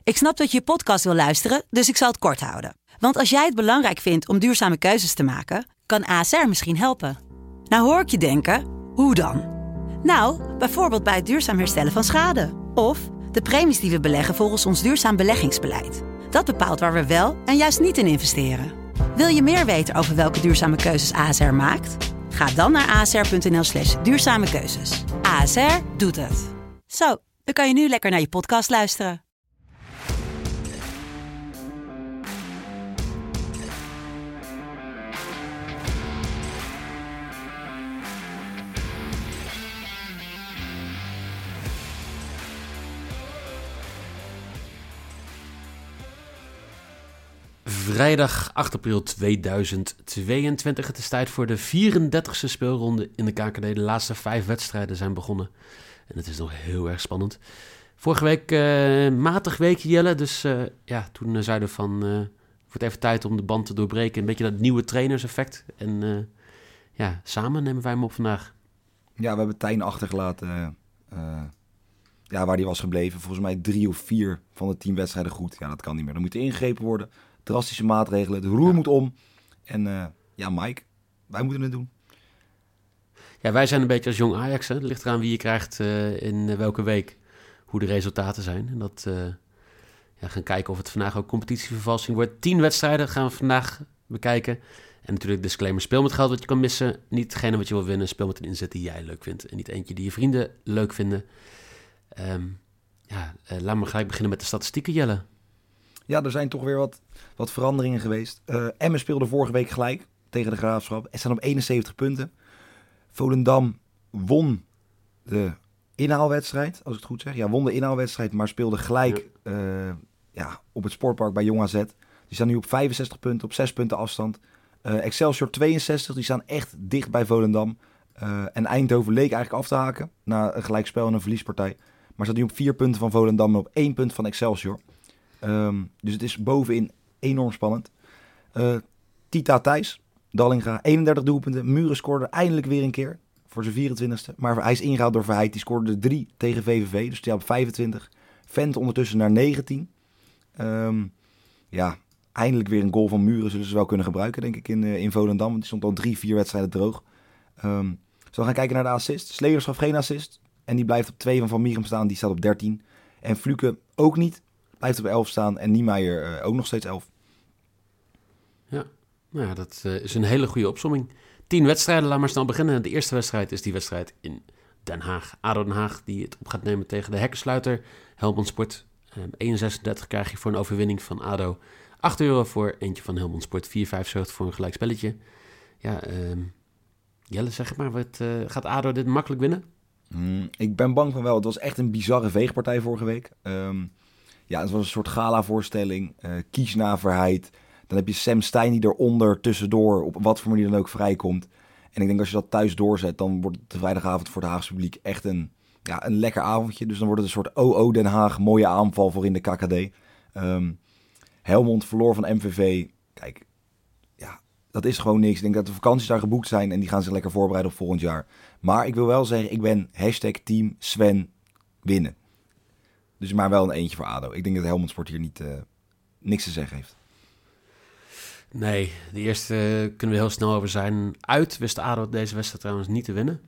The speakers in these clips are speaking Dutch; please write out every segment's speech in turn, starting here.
Ik snap dat je podcast wil luisteren, dus ik zal het kort houden. Want als jij het belangrijk vindt om duurzame keuzes te maken, kan ASR misschien helpen. Nou hoor ik je denken, hoe dan? Nou, bijvoorbeeld bij het duurzaam herstellen van schade. Of de premies die we beleggen volgens ons duurzaam beleggingsbeleid. Dat bepaalt waar we wel en juist niet in investeren. Wil je meer weten over welke duurzame keuzes ASR maakt? Ga dan naar asr.nl/duurzame keuzes. ASR doet het. Zo, dan kan je nu lekker naar je podcast luisteren. Vrijdag 8 april 2022. Het is tijd voor de 34e speelronde in de KKD. De laatste 5 wedstrijden zijn begonnen. En het is nog heel erg spannend. Vorige week matig weekje, Jelle. Dus toen zeiden we van... het wordt even tijd om de band te doorbreken. Een beetje dat nieuwe trainerseffect. En samen nemen wij hem op vandaag. Ja, we hebben Tijn achtergelaten. Waar die was gebleven. Volgens mij 3 of 4 van de 10 wedstrijden goed. Ja, dat kan niet meer. Dan moet er ingegrepen worden. Drastische maatregelen. De roer moet om. En Mike, wij moeten het doen. Ja, wij zijn een beetje als jong Ajax. Hè? Het ligt eraan wie je krijgt in welke week. Hoe de resultaten zijn. En dat gaan kijken of het vandaag ook competitievervalsing wordt. 10 wedstrijden gaan we vandaag bekijken. En natuurlijk disclaimer, speel met geld wat je kan missen. Niet hetgene wat je wil winnen. Speel met een inzet die jij leuk vindt. En niet eentje die je vrienden leuk vinden. Laat me gelijk beginnen met de statistieken, Jelle. Ja, er zijn toch weer wat veranderingen geweest. Emmen speelde vorige week gelijk tegen de Graafschap. En staan op 71 punten. Volendam won de inhaalwedstrijd, als ik het goed zeg. Ja, won de inhaalwedstrijd, maar speelde gelijk op het sportpark bij Jong AZ. Die staan nu op 65 punten, op 6 punten afstand. Excelsior 62, die staan echt dicht bij Volendam. En Eindhoven leek eigenlijk af te haken na een gelijkspel en een verliespartij. Maar staat nu op 4 punten van Volendam en op 1 punt van Excelsior. Dus het is bovenin enorm spannend. Tita Thijs, Dallinga, 31 doelpunten. Muren scoorde eindelijk weer een keer voor zijn 24e. Maar hij is ingehaald door Verheid. Die scoorde er 3 tegen VVV. Dus die had 25. Vent ondertussen naar 19. Eindelijk weer een goal van Muren zullen ze wel kunnen gebruiken, denk ik, in Volendam. Want die stond al 3-4 wedstrijden droog. Zullen we gaan kijken naar de assist. Slegers gaf geen assist. En die blijft op 2 van Mierem staan. Die staat op 13. En Fluke ook niet. Blijft op 11 staan. En Niemeyer ook nog steeds 11. Ja, dat is een hele goede opsomming. 10 wedstrijden, laat maar snel beginnen. De eerste wedstrijd is die wedstrijd in Den Haag. ADO Den Haag die het op gaat nemen tegen de Hekkensluiter. Helmond Sport. 1,36 krijg je voor een overwinning van ADO. €8 voor eentje van Helmond Sport. 4,75 voor een gelijkspelletje. Ja, Jelle, zeg maar. Gaat ADO dit makkelijk winnen? Ik ben bang van wel. Het was echt een bizarre veegpartij vorige week. Het was een soort gala-voorstelling. Kies na Verheid. Dan heb je Sam Stein die eronder tussendoor op wat voor manier dan ook vrijkomt. En ik denk als je dat thuis doorzet, dan wordt de vrijdagavond voor het Haagse publiek echt een lekker avondje. Dus dan wordt het een soort OO Den Haag, mooie aanval voor in de KKD. Helmond verloor van MVV. Kijk, dat is gewoon niks. Ik denk dat de vakanties daar geboekt zijn en die gaan zich lekker voorbereiden op volgend jaar. Maar ik wil wel zeggen, ik ben #team Sven winnen. Dus maar wel een eentje voor ADO. Ik denk dat Helmond Sport hier niks te zeggen heeft. Nee, de eerste kunnen we heel snel over zijn. Uit wist ADO deze wedstrijd trouwens niet te winnen.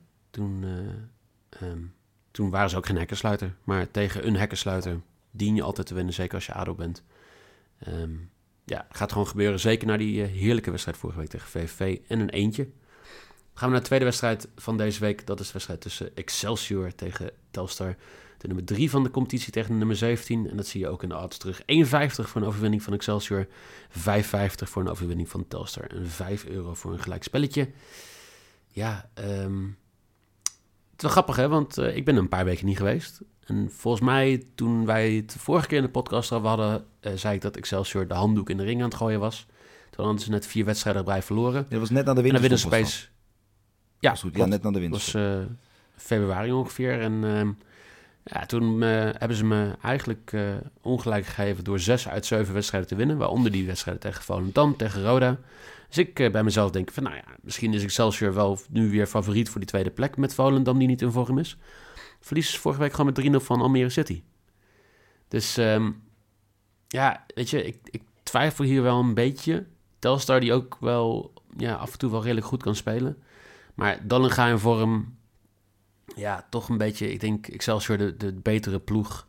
Toen waren ze ook geen hekkensluiter. Maar tegen een hekkensluiter dien je altijd te winnen, zeker als je ADO bent. Gaat gewoon gebeuren. Zeker na die heerlijke wedstrijd vorige week tegen VVV en een eentje. Gaan we naar de tweede wedstrijd van deze week. Dat is de wedstrijd tussen Excelsior tegen Telstar. De nummer 3 van de competitie tegen de nummer 17. En dat zie je ook in de odds terug. 1,50 voor een overwinning van Excelsior. 5,50 voor een overwinning van Telstar. En €5 voor een gelijk spelletje. Ja, het is wel grappig, hè? Want ik ben een paar weken niet geweest. En volgens mij, toen wij het de vorige keer in de podcast over hadden, zei ik dat Excelsior de handdoek in de ring aan het gooien was. Toen hadden ze net 4 wedstrijden erbij verloren. Dat was net na de winterstop. Net na de winterstop. Dat was februari ongeveer. En toen hebben ze me eigenlijk ongelijk gegeven door 6 uit 7 wedstrijden te winnen. Waaronder die wedstrijden tegen Volendam, tegen Roda. Dus ik bij mezelf denk van, misschien is Excelsior wel nu weer favoriet voor die tweede plek met Volendam die niet in vorm is. Verlies vorige week gewoon met 3-0 van Almere City. Dus Ja, weet je, ik twijfel hier wel een beetje. Telstar die ook wel af en toe wel redelijk goed kan spelen. Maar Dallinga in vorm, ja, toch een beetje, ik denk Excelsior de betere ploeg.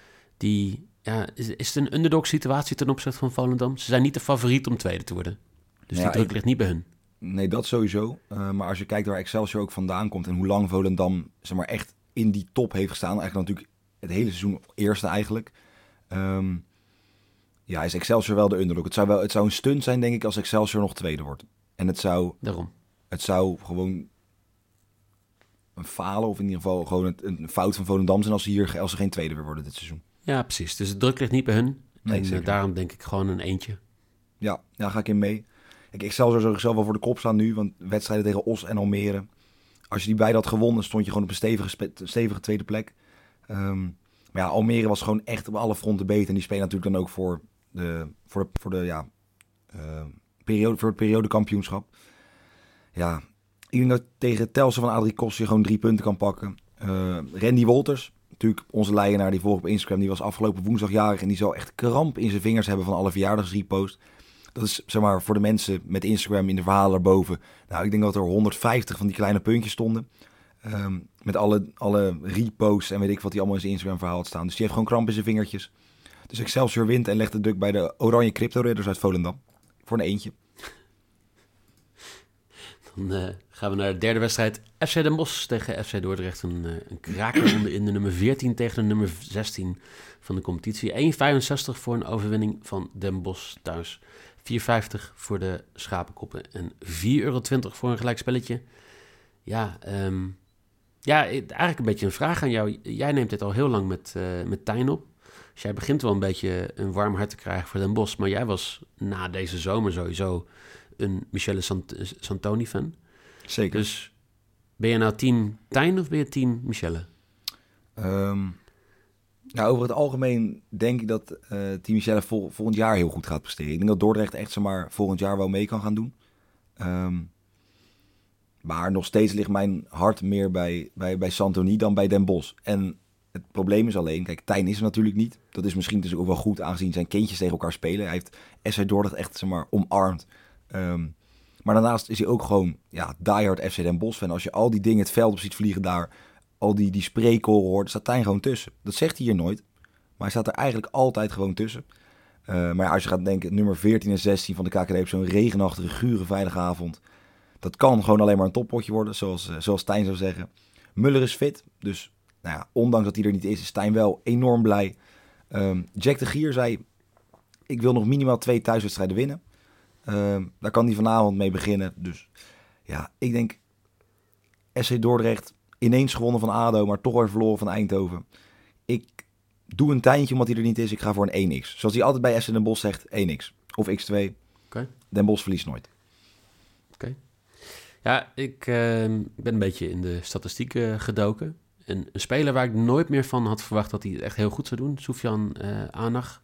Is het een underdog situatie ten opzichte van Volendam? Ze zijn niet de favoriet om tweede te worden. Dus die druk ligt niet bij hun. Nee, dat sowieso. Maar als je kijkt waar Excelsior ook vandaan komt en hoe lang Volendam zeg maar, echt in die top heeft gestaan, eigenlijk natuurlijk het hele seizoen eerste eigenlijk, is Excelsior wel de underdog. Het zou een stunt zijn, denk ik, als Excelsior nog tweede wordt. En het zou gewoon een falen, of in ieder geval gewoon een fout van Volendam zijn als ze geen tweede weer worden dit seizoen. Ja, precies. Dus de druk ligt niet bij hun. Nee, en daarom denk ik gewoon een eentje. Ja, ga ik in mee. Excelsior zou zichzelf wel voor de kop staan nu, want wedstrijden tegen Os en Almere. Als je die beide had gewonnen, stond je gewoon op een stevige tweede plek. Maar ja, Almere was gewoon echt op alle fronten beter. En die spelen natuurlijk dan ook voor het periodekampioenschap. Ja, ik denk dat tegen Telstar van Adrie Kos je gewoon 3 punten kan pakken. Randy Wolters, natuurlijk onze leidenaar, die volgt op Instagram, die was afgelopen woensdag jarig en die zal echt kramp in zijn vingers hebben van alle verjaardagsrepost. Dat is, zeg maar, voor de mensen met Instagram in de verhalen erboven. Nou, ik denk dat er 150 van die kleine puntjes stonden. Met alle reposts en weet ik wat hij allemaal in zijn Instagram verhaal had staan. Dus die heeft gewoon kramp in zijn vingertjes. Dus Excelsior wint en legt de druk bij de Oranje Crypto Ridders uit Volendam. Voor een eentje. Dan gaan we naar de derde wedstrijd. FC Den Bosch tegen FC Dordrecht. Een kraker in de nummer 14 tegen de nummer 16 van de competitie. 1,65 voor een overwinning van Den Bosch thuis. 4,50 voor de schapenkoppen en €4,20 voor een gelijkspelletje. Eigenlijk een beetje een vraag aan jou. Jij neemt dit al heel lang met Tijn op. Dus jij begint wel een beetje een warm hart te krijgen voor Den Bosch. Maar jij was na deze zomer sowieso een Michele Santoni-fan. Zeker. Dus ben je nou team Tijn of ben je team Michele? Over het algemeen denk ik dat team Michele volgend jaar heel goed gaat presteren. Ik denk dat Dordrecht echt volgend jaar wel mee kan gaan doen. Maar nog steeds ligt mijn hart meer bij Santoni dan bij Den Bosch. En het probleem is alleen, kijk, Tijn is er natuurlijk niet. Dat is misschien dus ook wel goed aangezien zijn kindjes tegen elkaar spelen. Hij heeft SC Dordrecht echt omarmd. Maar daarnaast is hij ook gewoon diehard FC Den Bosch fan. Als je al die dingen het veld op ziet vliegen daar, al die spreekkoren hoort, staat Tijn gewoon tussen. Dat zegt hij hier nooit, maar hij staat er eigenlijk altijd gewoon tussen. Maar als je gaat denken, nummer 14 en 16 van de KKD op zo'n regenachtige, gure, veilige avond. Dat kan gewoon alleen maar een toppotje worden, zoals Tijn zou zeggen. Muller is fit, dus ondanks dat hij er niet is Tijn wel enorm blij. Jack de Gier zei, ik wil nog minimaal 2 thuiswedstrijden winnen. Daar kan hij vanavond mee beginnen. Dus ik denk SC Dordrecht ineens gewonnen van ADO, maar toch weer verloren van Eindhoven. Ik doe een Tijntje omdat hij er niet is. Ik ga voor een 1x. Zoals hij altijd bij SC Den Bosch zegt, 1x. Of x2. Okay. Den Bosch verliest nooit. Oké. Ja, ik ben een beetje in de statistieken gedoken. Een speler waar ik nooit meer van had verwacht dat hij het echt heel goed zou doen. Soufiane Anag.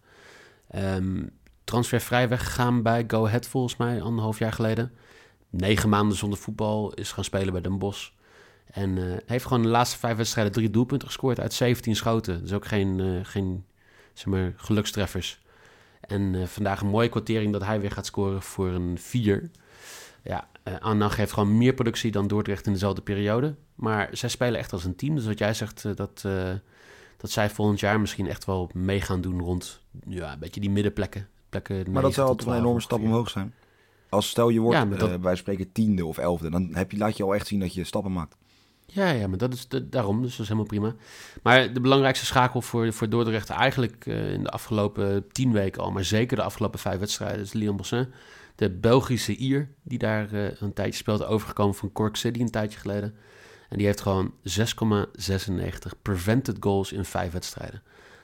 Transfervrij weggegaan bij Go Ahead volgens mij, 1,5 jaar geleden. 9 maanden zonder voetbal, is gaan spelen bij Den Bosch. En heeft gewoon de laatste 5 wedstrijden 3 doelpunten gescoord uit 17 schoten. Dus ook geen gelukstreffers. En vandaag een mooie kwartering dat hij weer gaat scoren voor een 4. Ja, Anag heeft gewoon meer productie dan Dordrecht in dezelfde periode. Maar zij spelen echt als een team. Dus wat jij zegt, dat zij volgend jaar misschien echt wel mee gaan doen rond een beetje die middenplekken. Maar dat zou toch een enorme stap omhoog zijn. Als stel je wordt, wij spreken 10e of 11e, dan laat je al echt zien dat je stappen maakt. Ja, maar dat is daarom, dus dat is helemaal prima. Maar de belangrijkste schakel voor Dordrecht eigenlijk in de afgelopen 10 weken al, maar zeker de afgelopen 5 wedstrijden, is Leon Bossin. De Belgische Ier, die daar een tijdje speelt, overgekomen van Cork City een tijdje geleden. En die heeft gewoon 6,96 prevented goals in 5 wedstrijden.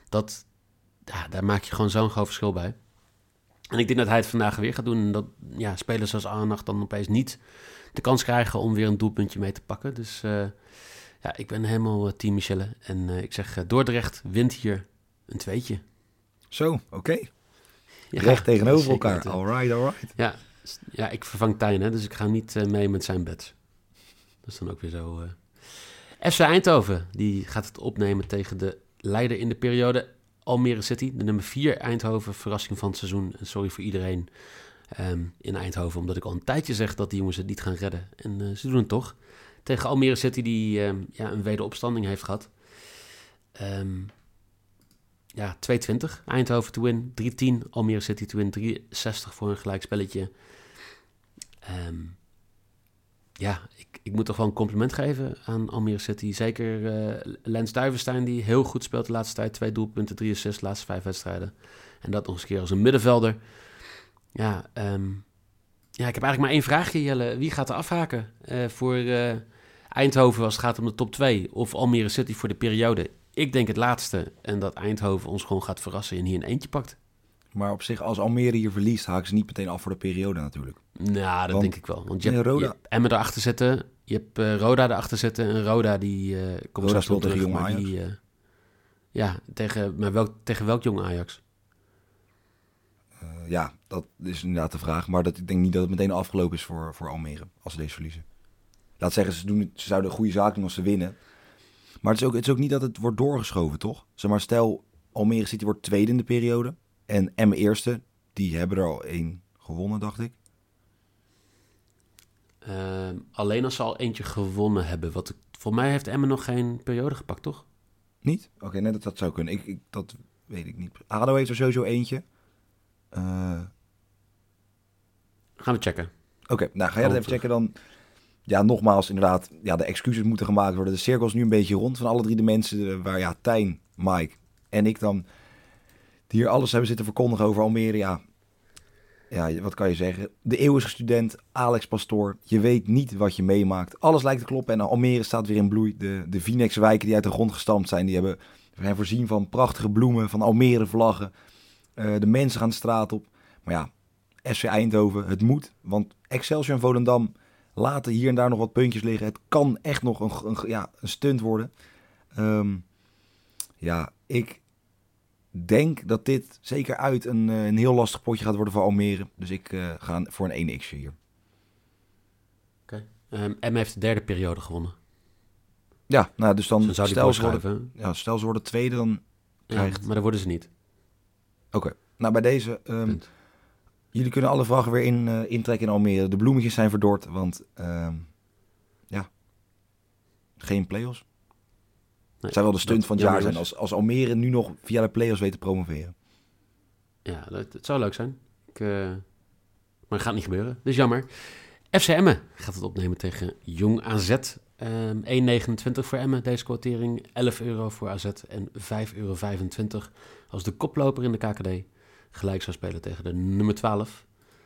Daar maak je gewoon zo'n groot verschil bij. En ik denk dat hij het vandaag weer gaat doen. En dat spelers zoals Aannacht dan opeens niet de kans krijgen om weer een doelpuntje mee te pakken. Dus ik ben helemaal team Michele. En ik zeg, Dordrecht wint hier een 2'tje. Zo, oké. Recht tegenover elkaar. Alright. Ja, ik vervang Tijn, hè, dus ik ga niet mee met zijn bets. Dat is dan ook weer zo. FC Eindhoven, die gaat het opnemen tegen de leider in de periode Almere City, de nummer 4 Eindhoven, verrassing van het seizoen. En sorry voor iedereen in Eindhoven, omdat ik al een tijdje zeg dat die jongens het niet gaan redden. En ze doen het toch. Tegen Almere City die een wederopstanding heeft gehad. 2-20 Eindhoven to win, 3-10 Almere City to win, 3-60 voor een gelijkspelletje. Ik moet toch wel een compliment geven aan Almere City. Zeker Lens Duivenstein, die heel goed speelt de laatste tijd. 2 doelpunten, 3 assists, de laatste 5 wedstrijden. En dat nog eens een keer als een middenvelder. Ik heb eigenlijk maar één vraagje, Jelle. Wie gaat er afhaken voor Eindhoven als het gaat om de top 2? Of Almere City voor de periode? Ik denk het laatste. En dat Eindhoven ons gewoon gaat verrassen en hier een eentje pakt. Maar op zich, als Almere hier verliest, haken ze niet meteen af voor de periode natuurlijk. Nou, dat denk ik wel. Want je Roda. hebt Emmen erachter zitten. Je hebt Roda erachter zitten. En Roda die komt Roda zo speelt terug. tegen Jong Maar Ajax. tegen welk Jong Ajax? Dat is inderdaad de vraag. Maar ik denk niet dat het meteen afgelopen is voor Almere, als ze deze verliezen. Laat zeggen, ze zouden een goede zaak doen als ze winnen. Maar het is ook niet dat het wordt doorgeschoven, toch? Zeg maar, stel, Almere City wordt tweede in de periode. En Emmen eerste, die hebben er al 1 gewonnen, dacht ik. Alleen als ze al eentje gewonnen hebben. Voor mij heeft Emmen nog geen periode gepakt, toch? Niet? Oké, nee, dat zou kunnen. Dat weet ik niet. ADO heeft er sowieso eentje. Gaan we checken. Oké, nou ga jij dat even checken dan. Ja, nogmaals, inderdaad, de excuses moeten gemaakt worden. De cirkel is nu een beetje rond van alle 3 de mensen waar Tijn, Mike en ik dan, die hier alles hebben zitten verkondigen over Almere. Ja, wat kan je zeggen? De eeuwige student, Alex Pastoor. Je weet niet wat je meemaakt. Alles lijkt te kloppen en Almere staat weer in bloei. De Vinex-wijken die uit de grond gestampt zijn, die zijn voorzien van prachtige bloemen, van Almere vlaggen. De mensen gaan de straat op. Maar ja, FC Eindhoven, het moet. Want Excelsior en Volendam laten hier en daar nog wat puntjes liggen. Het kan echt nog een stunt worden. Ik denk dat dit zeker uit een heel lastig potje gaat worden voor Almere. Dus ik ga voor een 1x'je hier. Oké. Emmen heeft de derde periode gewonnen. Ja, nou dus dan zou stel ze worden tweede, dan krijgt... Ja, maar dat worden ze niet. Oké. Nou bij deze... jullie kunnen alle vragen weer intrekken in Almere. De bloemetjes zijn verdord, want geen play-offs. Het zou wel de stunt van het jaar zijn als Almere nu nog via de play-offs weet te promoveren. Ja, het zou leuk zijn. Maar het gaat niet gebeuren. Dus jammer. FC Emmen gaat het opnemen tegen Jong AZ. 1,29 voor Emmen, deze quotering. €11 voor AZ en €5,25 als de koploper in de KKD gelijk zou spelen tegen de nummer 12.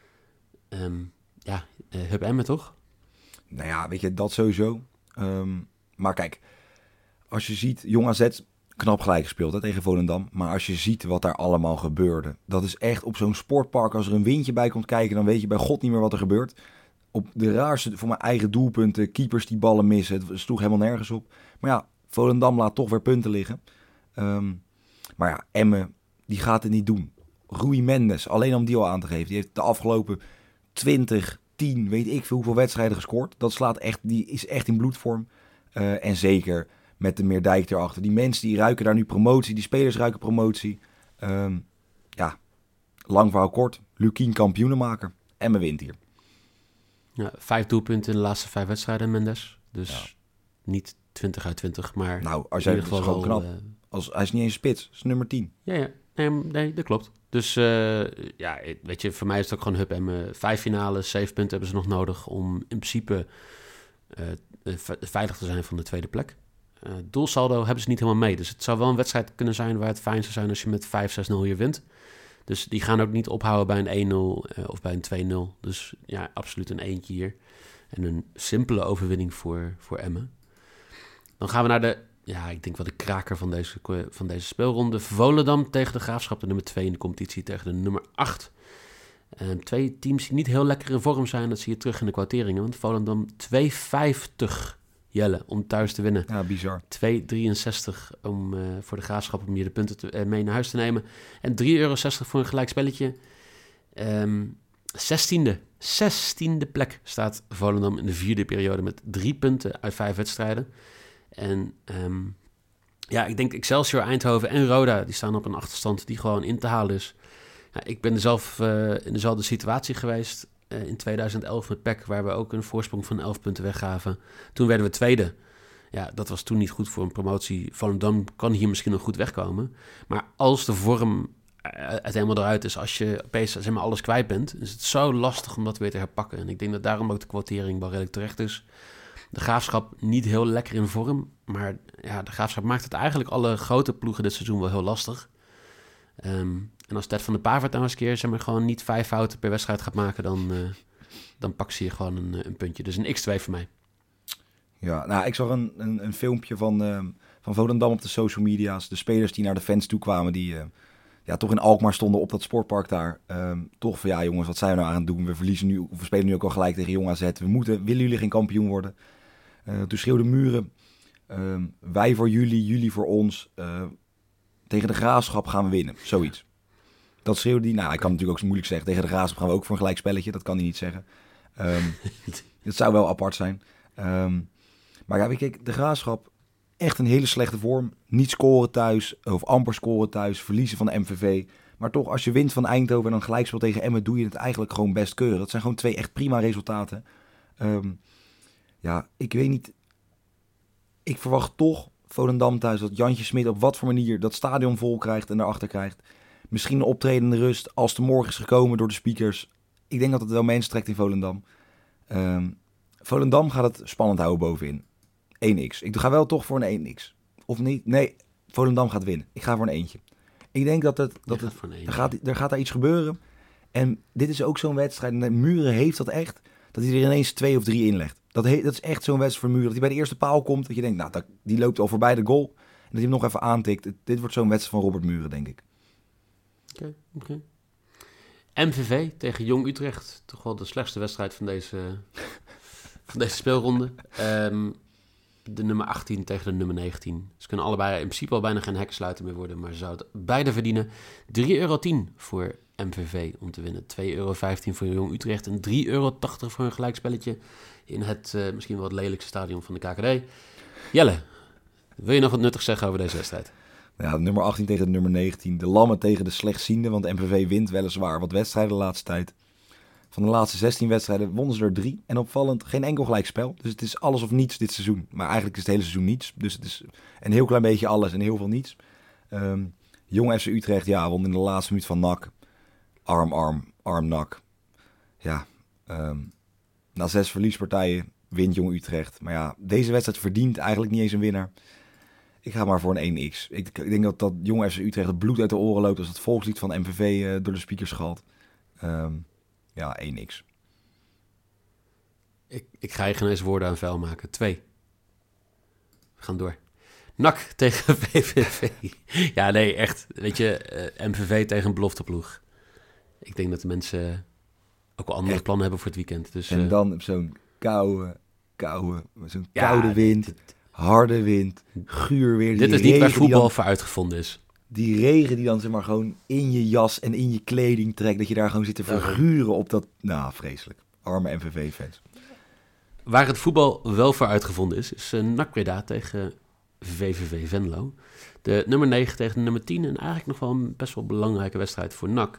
Hub Emmen toch? Nou ja, weet je, dat sowieso. Maar kijk, als je ziet, Jong AZ knap gelijk gespeeld tegen Volendam. Maar als je ziet wat daar allemaal gebeurde. Dat is echt op zo'n sportpark, als er een windje bij komt kijken, dan weet je bij God niet meer wat er gebeurt. Op de raarste, voor mijn eigen doelpunten, keepers die ballen missen. Het sloeg helemaal nergens op. Maar ja, Volendam laat toch weer punten liggen. Maar ja, Emmen, die gaat het niet doen. Rui Mendes, alleen om die al aan te geven. Die heeft de afgelopen 20, 10, weet ik veel hoeveel wedstrijden gescoord. Dat slaat echt, die is echt in bloedvorm. En zeker met de Meerdijk erachter. Die mensen die ruiken daar nu promotie. Die spelers ruiken promotie. Lang verhaal kort. Lukien kampioenenmaker. Emmen wint hier. Ja, 5 doelpunten in de laatste 5 wedstrijden, Mendes. Dus niet 20 uit 20, maar nou, als jij, in ieder geval knap. Hij is niet eens spits. Hij is nummer 10. Ja. Nee, dat klopt. Dus weet je, voor mij is het ook gewoon Hub Emmen. 5 finales, 7 punten hebben ze nog nodig om in principe veilig te zijn van de tweede plek. Doelsaldo hebben ze niet helemaal mee. Dus het zou wel een wedstrijd kunnen zijn waar het fijn zou zijn als je met 5-6-0 hier wint. Dus die gaan ook niet ophouden bij een 1-0 of bij een 2-0. Dus ja, absoluut een eentje hier. En een simpele overwinning voor Emmen. Dan gaan we naar ik denk wel de kraker van deze speelronde. Volendam tegen de Graafschap, de nummer 2 in de competitie, tegen de nummer 8. 2 teams die niet heel lekker in vorm zijn. Dat zie je terug in de kwarteringen. Want Volendam 2,50 Jelle om thuis te winnen. Ja, bizar. 2,63 voor de Graafschap om hier de punten mee naar huis te nemen. En €3,60 voor een gelijk spelletje. 16e plek staat Volendam in de 4e periode met 3 punten uit 5 wedstrijden. En Ja, ik denk Excelsior, Eindhoven en Roda, die staan op een achterstand die gewoon in te halen is. Ja, ik ben er zelf in dezelfde situatie geweest in 2011 met PEC, waar we ook een voorsprong van 11 punten weggaven. Toen werden we tweede. Ja, dat was toen niet goed voor een promotie. Volendam kan hier misschien nog goed wegkomen. Maar als de vorm het helemaal eruit is, als je opeens zeg maar, alles kwijt bent, is het zo lastig om dat weer te herpakken. En ik denk dat daarom ook de quotering wel redelijk terecht is. De Graafschap niet heel lekker in vorm, maar ja, de Graafschap maakt het eigenlijk alle grote ploegen dit seizoen wel heel lastig. En als Ted van der Pavert nou eens een keer zeg maar, gewoon niet 5 fouten per wedstrijd gaat maken, dan pakt ze hier gewoon een puntje. Dus een x2 voor mij. Ja, nou, ik zag een filmpje van Volendam op de social media's. De spelers die naar de fans toe kwamen, die toch in Alkmaar stonden op dat sportpark daar. Toch van, ja jongens, wat zijn we nou aan het doen? We verliezen nu, we spelen nu ook al gelijk tegen Jong AZ. Willen jullie geen kampioen worden? Toen schreeuwde Muren, wij voor jullie, jullie voor ons. Tegen de Graafschap gaan we winnen, zoiets. Dat schreeuwde hij. Nou, hij kan natuurlijk ook zo moeilijk zeggen. Tegen de Graafschap gaan we ook voor een gelijk spelletje. Dat kan hij niet zeggen. Dat zou wel apart zijn. Maar ja, kijk, de Graafschap, echt een hele slechte vorm. Niet scoren thuis, of amper scoren thuis, verliezen van de MVV. Maar toch, als je wint van Eindhoven en dan gelijk speelt tegen Emmen, doe je het eigenlijk gewoon best keurig. Dat zijn gewoon 2 echt prima resultaten. Ja, ik weet niet. Ik verwacht toch Volendam thuis dat Jantje Smit op wat voor manier dat stadion vol krijgt en daarachter krijgt. Misschien een optredende rust als de morgen is gekomen door de speakers. Ik denk dat het wel mensen trekt in Volendam. Volendam gaat het spannend houden bovenin. 1x. Ik ga wel toch voor een 1x. Of niet? Nee, Volendam gaat winnen. Ik ga voor een eentje. Ik denk dat er gaat daar iets gebeuren. En dit is ook zo'n wedstrijd. En Muren heeft dat echt. Dat hij er ineens 2 of 3 inlegt. Dat is echt zo'n wedstrijd voor Muren. Dat hij bij de eerste paal komt. Dat je denkt, nou, die loopt al voorbij de goal. En dat hij hem nog even aantikt. Dit wordt zo'n wedstrijd van Robert Muren, denk ik. Oké. MVV tegen Jong Utrecht. Toch wel de slechtste wedstrijd van deze speelronde. De nummer 18 tegen de nummer 19. Ze kunnen allebei in principe al bijna geen hekkensluiter meer worden. Maar ze zouden beide verdienen. €3,10 voor MVV om te winnen. €2,15 voor Jong Utrecht. En €3,80 voor een gelijkspelletje in het misschien wel het lelijkste stadion van de KKD. Jelle, wil je nog wat nuttigs zeggen over deze wedstrijd? Ja, de nummer 18 tegen de nummer 19. De lammen tegen de slechtziende. Want MVV wint weliswaar wat wedstrijden de laatste tijd. Van de laatste 16 wedstrijden wonnen ze er 3. En opvallend, geen enkel gelijkspel. Dus het is alles of niets dit seizoen. Maar eigenlijk is het hele seizoen niets. Dus het is een heel klein beetje alles en heel veel niets. Jong FC Utrecht, ja, won in de laatste minuut van NAC. Arm NAC. Ja, na 6 verliespartijen wint Jong Utrecht. Maar ja, deze wedstrijd verdient eigenlijk niet eens een winnaar. Ik ga maar voor een 1x. Ik denk dat Jong FC Utrecht het bloed uit de oren loopt als het volkslied van MVV door de speakers schalt. Ja, 1x. Ik ga je geen eens woorden aan vuil maken. 2. We gaan door. NAC tegen VVV. Ja, nee, echt. Weet je, MVV tegen een belofteploeg. Ik denk dat de mensen ook wel andere plannen hebben voor het weekend. Dus, en dan op zo'n koude wind, harde wind, guur weer. Dit is niet waar voetbal voor uitgevonden is. Die regen die dan zeg maar gewoon in je jas en in je kleding trekt. Dat je daar gewoon zit te verguren op dat... Nou, vreselijk. Arme MVV-fans. Waar het voetbal wel voor uitgevonden is NAC Breda tegen VVV Venlo. De nummer 9 tegen de nummer 10. En eigenlijk nog wel een best wel belangrijke wedstrijd voor NAC.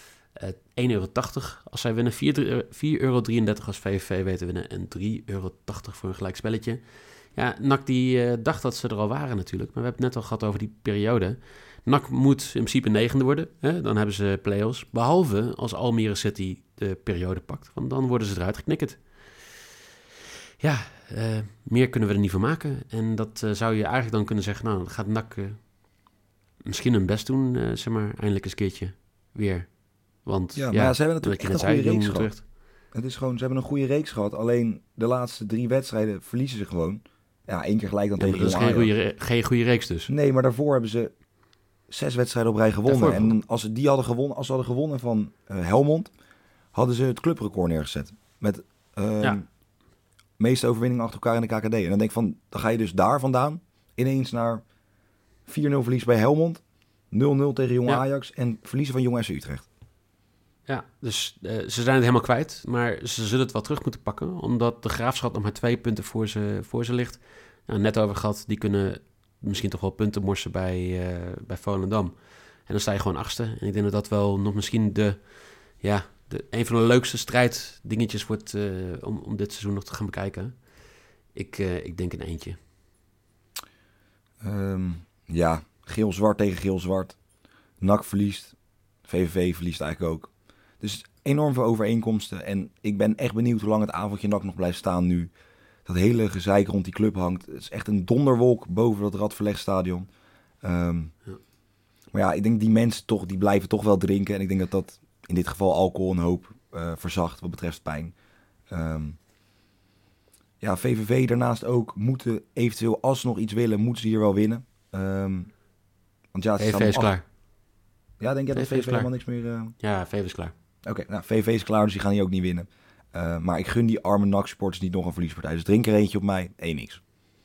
€1,80 als zij winnen. €4,33 als VVV weten winnen. En €3,80 voor een gelijkspelletje. Ja, NAC die dacht dat ze er al waren natuurlijk. Maar we hebben het net al gehad over die periode. NAC moet in principe 9e worden. Hè? Dan hebben ze play-offs. Behalve als Almere City de periode pakt. Want dan worden ze eruit geknikkerd. Ja, meer kunnen we er niet van maken. En dat zou je eigenlijk dan kunnen zeggen... Nou, dan gaat NAC misschien hun best doen. Zeg maar, eindelijk eens een keertje weer. Want ja, maar ze hebben natuurlijk echt een goede reeks gehad. Terug. Het is gewoon, ze hebben een goede reeks gehad. Alleen de laatste 3 wedstrijden verliezen ze gewoon. Ja, 1 keer gelijk dan tegen Jong Ajax. Geen goede reeks dus. Nee, maar daarvoor hebben ze 6 wedstrijden op rij gewonnen. En als ze die hadden gewonnen van Helmond, hadden ze het clubrecord neergezet. Met meeste overwinningen achter elkaar in de KKD. En dan denk ik van, dan ga je dus daar vandaan ineens naar 4-0 verlies bij Helmond, 0-0 tegen Jong Ajax en verliezen van Jong FC Utrecht. Ja, dus ze zijn het helemaal kwijt. Maar ze zullen het wel terug moeten pakken. Omdat de Graafschap nog maar 2 punten voor ze ligt. Nou, net over gehad, die kunnen misschien toch wel punten morsen bij Volendam. En dan sta je gewoon 8e. En ik denk dat dat wel nog misschien een van de leukste strijddingetjes wordt om dit seizoen nog te gaan bekijken. Ik denk een eentje. Geel-zwart tegen geel-zwart. NAC verliest. VVV verliest eigenlijk ook. Dus enorm veel overeenkomsten. En ik ben echt benieuwd hoe lang het avondje NAC nog blijft staan nu. Dat hele gezeik rond die club hangt. Het is echt een donderwolk boven dat Radverlegstadion. Maar ja, ik denk die mensen die blijven toch wel drinken. En ik denk dat in dit geval alcohol een hoop verzacht wat betreft pijn. VVV daarnaast ook moeten eventueel, als ze nog iets willen, moeten ze hier wel winnen. Want ja, VVV is klaar. Ja, denk jij dat VVV helemaal niks meer... Ja, VVV is klaar. Oké, VVV is klaar, dus die gaan hier ook niet winnen. Maar ik gun die arme NAC-supporters niet nog een verliespartij. Dus drink er eentje op mij, 1-x.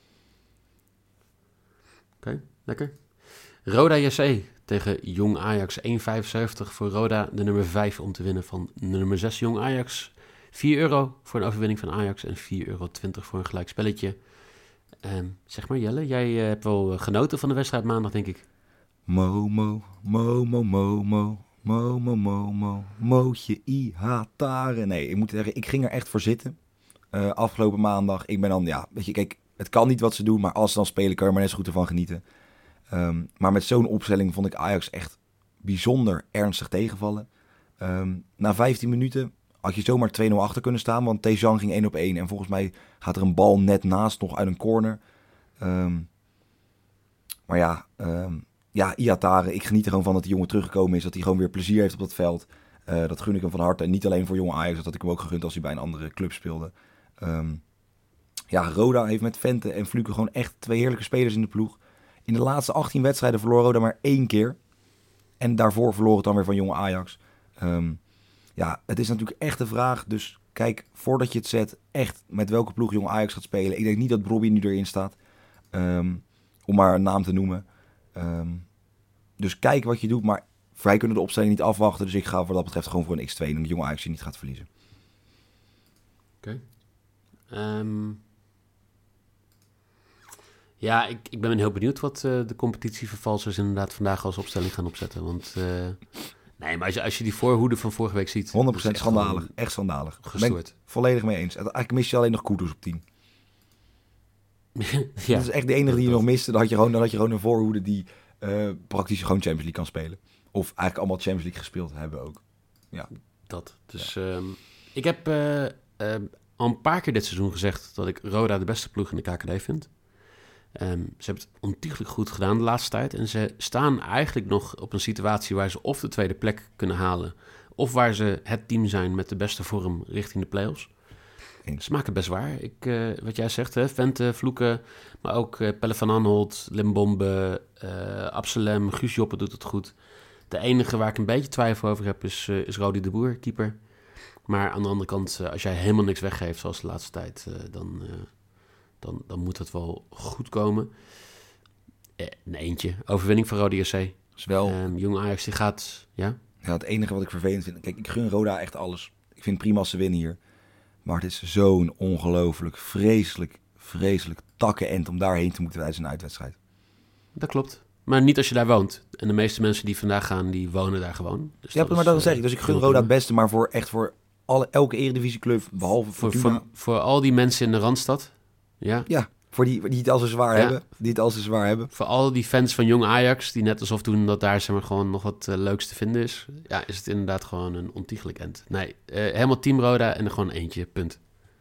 Oké, lekker. Roda JC tegen Jong Ajax, 1,75 voor Roda, de nummer 5 om te winnen van de nummer 6 Jong Ajax. €4 voor een overwinning van Ajax en €4,20 voor een gelijkspelletje. Zeg maar Jelle, jij hebt wel genoten van de wedstrijd maandag, denk ik. Mootje Ihatare. Nee, ik moet zeggen, ik ging er echt voor zitten. Afgelopen maandag. Ik ben dan, weet je, kijk, het kan niet wat ze doen, maar als ze dan spelen, kan je maar net zo goed ervan genieten. Maar met zo'n opstelling vond ik Ajax echt bijzonder ernstig tegenvallen. Na 15 minuten had je zomaar 2-0 achter kunnen staan, want Tejan ging 1-op-1 en volgens mij gaat er een bal net naast nog uit een corner. Ihatare, ik geniet er gewoon van dat die jongen teruggekomen is, dat hij gewoon weer plezier heeft op dat veld. Dat gun ik hem van harte. En niet alleen voor jonge Ajax, dat had ik hem ook gegund als hij bij een andere club speelde. Roda heeft met Vente en Fluke gewoon echt 2 heerlijke spelers in de ploeg. In de laatste 18 wedstrijden verloor Roda maar 1 keer. En daarvoor verloor het dan weer van jonge Ajax. Het is natuurlijk echt de vraag. Dus kijk, voordat je het zet, echt met welke ploeg jonge Ajax gaat spelen. Ik denk niet dat Brobbey nu erin staat. Om maar een naam te noemen. Dus kijk wat je doet, maar wij kunnen de opstelling niet afwachten. Dus ik ga wat dat betreft gewoon voor een X2 en de jonge Ajax niet gaat verliezen. Oké. Ik ben heel benieuwd wat de competitievervalsers inderdaad vandaag als opstelling gaan opzetten. Want maar als je die voorhoede van vorige week ziet... 100% schandalig. Echt schandalig. Gestoord. Ben ik volledig mee eens. Eigenlijk mis je alleen nog Kudus op 10. Ja, dat is echt de enige die je nog miste. Dan had je gewoon een voorhoede die praktisch gewoon Champions League kan spelen. Of eigenlijk allemaal Champions League gespeeld hebben ook. Ja. Dat. Dus ik heb al een paar keer dit seizoen gezegd dat ik Roda de beste ploeg in de KKD vind. Ze hebben het ontiegelijk goed gedaan de laatste tijd. En ze staan eigenlijk nog op een situatie waar ze of de tweede plek kunnen halen, of waar ze het team zijn met de beste vorm richting de play-offs. Ze maken het best waar. Wat jij zegt, hè, Vente, Vloeken, maar ook Pelle van Aanholt, Limbombe, Absalem, Guus Joppe doet het goed. De enige waar ik een beetje twijfel over heb is Rodi de Boer, keeper. Maar aan de andere kant, als jij helemaal niks weggeeft zoals de laatste tijd, dan moet het wel goed komen. Een eentje. Overwinning van Rode JC. Is wel... Jong Ajax, die gaat... Ja? Ja, het enige wat ik vervelend vind... Kijk, ik gun Roda echt alles. Ik vind het prima als ze winnen hier. Maar het is zo'n ongelooflijk, vreselijk takkenend om daarheen te moeten tijdens een uitwedstrijd. Dat klopt. Maar niet als je daar woont. En de meeste mensen die vandaag gaan, die wonen daar gewoon. Dus ja, maar dat zeg ik. Dus ik gun Roda het beste, maar voor elke eredivisieclub, behalve voor al die mensen in de Randstad. Ja. Ja, voor die het al zo zwaar hebben. Voor al die fans van Jong Ajax, die net alsof doen dat daar zeg maar gewoon nog wat leuks te vinden is. Ja, is het inderdaad gewoon een ontiegelijk end. Nee, helemaal team Roda en er gewoon eentje, punt.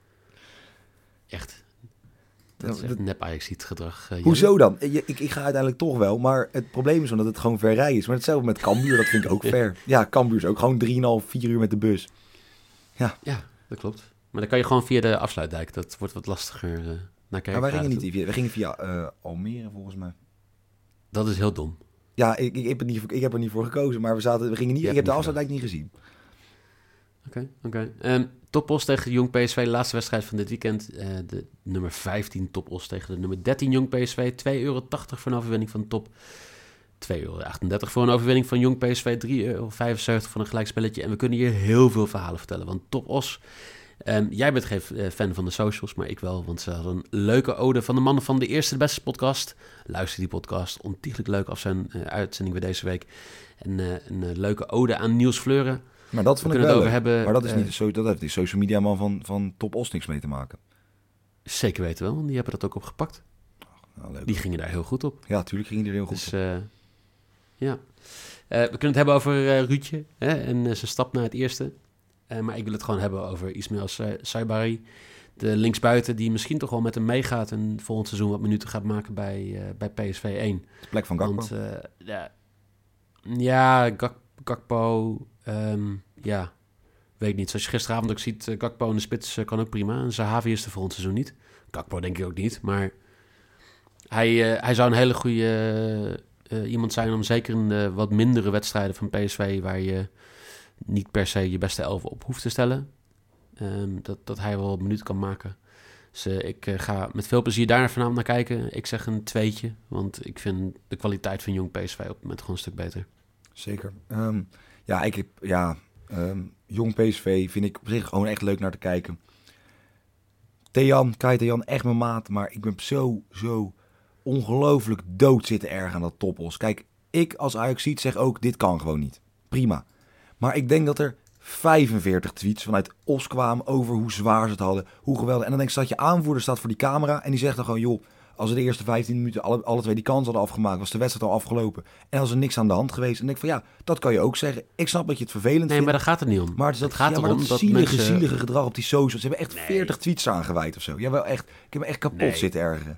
Echt. Dat is echt nep Ajax-ziet gedrag. Hoezo dan? Ik ga uiteindelijk toch wel, maar het probleem is dat het gewoon ver rijden is. Maar hetzelfde met Cambuur, dat vind ik ook ver. Ja, Cambuur is ook gewoon 3,5, 4 uur met de bus. Ja, dat klopt. Maar dan kan je gewoon via de afsluitdijk. Dat wordt wat lastiger naar kijken. Maar wij gingen niet via. We gingen via Almere volgens mij. Dat is heel dom. Ja, ik heb er niet voor gekozen, maar we gingen niet. Ik heb de afsluitdijk niet gezien. Oké. Topos tegen Jong PSV, de laatste wedstrijd van dit weekend. De nummer 15 Topos tegen de nummer 13 Jong PSV. €2,80 voor een overwinning van de top. €2,38 voor een overwinning van Jong PSV. €3,75 voor een gelijkspelletje. En we kunnen hier heel veel verhalen vertellen. Want Topos Jij bent geen fan van de socials, maar ik wel. Want ze hadden een leuke ode van de mannen van de Eerste de Beste podcast. Luister die podcast. Ontiegelijk leuk af zijn uitzending weer deze week. En een leuke ode aan Niels Fleuren. Maar dat vond ik het wel over leuk. hebben. Maar dat is niet dat heeft die social media man van Top Os niks mee te maken. Zeker weten wel, want die hebben dat ook opgepakt. Nou, leuk. Die gingen daar heel goed op. Ja, tuurlijk gingen die er heel goed Dus op. ja. We kunnen het hebben over Ruudje en zijn stap naar het eerste. Maar ik wil het gewoon hebben over Ismail Saibari. De linksbuiten die misschien toch wel met hem meegaat en volgend seizoen wat minuten gaat maken bij PSV 1. De plek van Gakpo. Want Gakpo, weet ik niet. Zoals je gisteravond ook ziet, Gakpo in de spits kan ook prima. En Zahavi is er volgend seizoen niet. Gakpo denk ik ook niet, maar hij zou een hele goede iemand zijn om zeker in de wat mindere wedstrijden van PSV, waar je niet per se je beste 11 op hoeft te stellen, dat hij wel een minuut kan maken. Dus ik ga met veel plezier daar vanavond naar kijken. Ik zeg een 2'tje, want ik vind de kwaliteit van jong PSV op het moment gewoon een stuk beter. Zeker. Jong PSV vind ik op zich gewoon echt leuk naar te kijken. Kai Thean, echt mijn maat, maar ik ben zo ongelooflijk dood zitten erg aan dat Top Os. Kijk, ik als Ajaxiet zeg ook, dit kan gewoon niet. Prima. Maar ik denk dat er 45 tweets vanuit Os kwamen over hoe zwaar ze het hadden, hoe geweldig. En dan denk ik, dat je aanvoerder staat voor die camera en die zegt dan gewoon, joh, als we de eerste 15 minuten alle twee die kans hadden afgemaakt, was de wedstrijd al afgelopen. En als er niks aan de hand geweest. En dan denk ik van, ja, dat kan je ook zeggen. Ik snap dat je het vervelend vindt. Nee, maar daar gaat het niet om. Maar het gaat erom dat zielige gedrag op die socials. Ze hebben echt 40 tweets aangewijd of zo. Ja, wel echt. Ik heb me echt kapot zitten ergeren.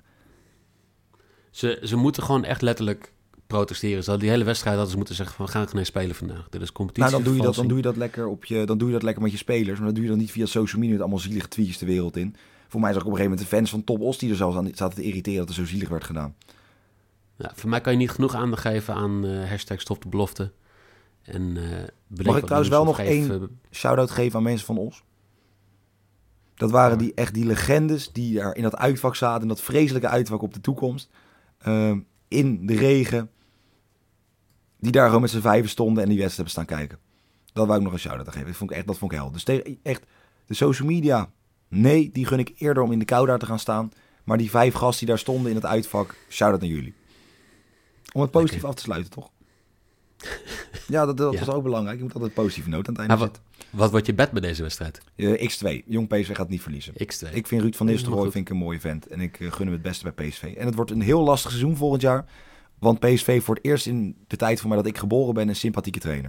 Ze moeten gewoon echt letterlijk protesteren. Ze hadden die hele wedstrijd hadden ze moeten zeggen van, we gaan geen spelen vandaag. Dit is competitie. Nou, dan doe je dat lekker met je spelers. Maar dat doe je dan niet via social media met allemaal zielige tweets de wereld in. Voor mij zag ik op een gegeven moment de fans van Top Os die er zelfs aan zaten te irriteren dat er zo zielig werd gedaan. Ja, voor mij kan je niet genoeg aandacht geven aan hashtag stop de belofte. En mag ik trouwens wel nog één shout-out geven aan mensen van Os? Dat waren die legendes die daar in dat uitvak zaten. In dat vreselijke uitvak op de toekomst. In de regen. Die daar gewoon met z'n vijven stonden en die wedstrijd hebben staan kijken. Dat wou ik nog een shout-out aan geven. Dat vond ik hel. Dus echt, de social media, nee, die gun ik eerder om in de kou daar te gaan staan. Maar die 5 gasten die daar stonden in het uitvak, shout-out naar jullie. Om het positief af te sluiten, toch? Ja, dat was ook belangrijk. Je moet altijd een positieve noot aan het einde zetten. Wat wordt je bet bij deze wedstrijd? X2. Jong PSV gaat niet verliezen. X2. Ik vind Ruud van Nistelrooy vind ik een mooie vent. En ik gun hem het beste bij PSV. En het wordt een heel lastig seizoen volgend jaar. Want PSV voor het eerst in de tijd van mij dat ik geboren ben een sympathieke trainer.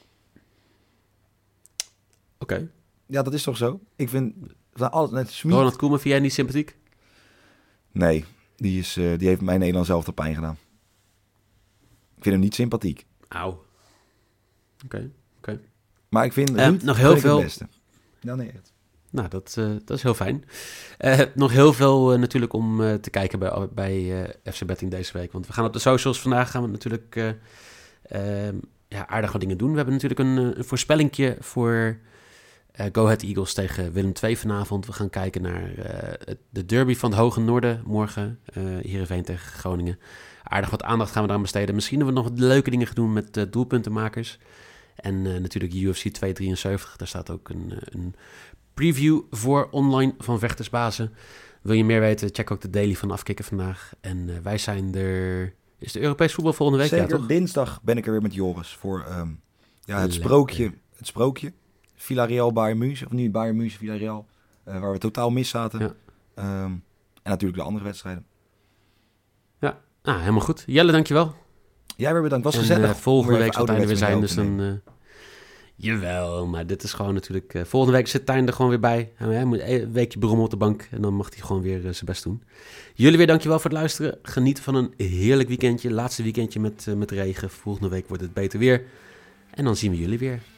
Oké. Ja, dat is toch zo? Ik vind... Ronald Koeman, vind jij niet sympathiek? Nee, die heeft mij Nederland zelf de pijn gedaan. Ik vind hem niet sympathiek. Auw. Oké. Maar ik vind Ruud nog heel veel het beste. Ja, nee, echt. Nou, dat is heel fijn. Nog heel veel natuurlijk om te kijken bij FC Betting deze week. Want we gaan op de socials vandaag gaan we natuurlijk aardig wat dingen doen. We hebben natuurlijk een voorspellingje voor Go Ahead Eagles tegen Willem II vanavond. We gaan kijken naar de derby van het Hoge Noorden morgen. Heerenveen tegen Groningen. Aardig wat aandacht gaan we daar aan besteden. Misschien dat we nog wat leuke dingen gaan doen met doelpuntenmakers. En natuurlijk UFC 273. Daar staat ook een preview voor online van Vechtersbazen. Wil je meer weten? Check ook de daily van Afkikken vandaag. En wij zijn er... Is de Europees voetbal volgende week? Zeker, ja, toch? Dinsdag ben ik er weer met Joris voor het sprookje. Villarreal, Bayern München. Of niet Bayern München, Villarreal. Waar we totaal mis zaten. Ja. En natuurlijk de andere wedstrijden. Ja, helemaal goed. Jelle, dankjewel. Jij weer bedankt. Was gezellig. Volgende week zal Tijn weer zijn, dus dan... Jawel, maar dit is gewoon natuurlijk... volgende week zit Tijn er gewoon weer bij. Hij moet een weekje brommen op de bank en dan mag hij gewoon weer zijn best doen. Jullie weer dankjewel voor het luisteren. Geniet van een heerlijk weekendje. Laatste weekendje met regen. Volgende week wordt het beter weer. En dan zien we jullie weer.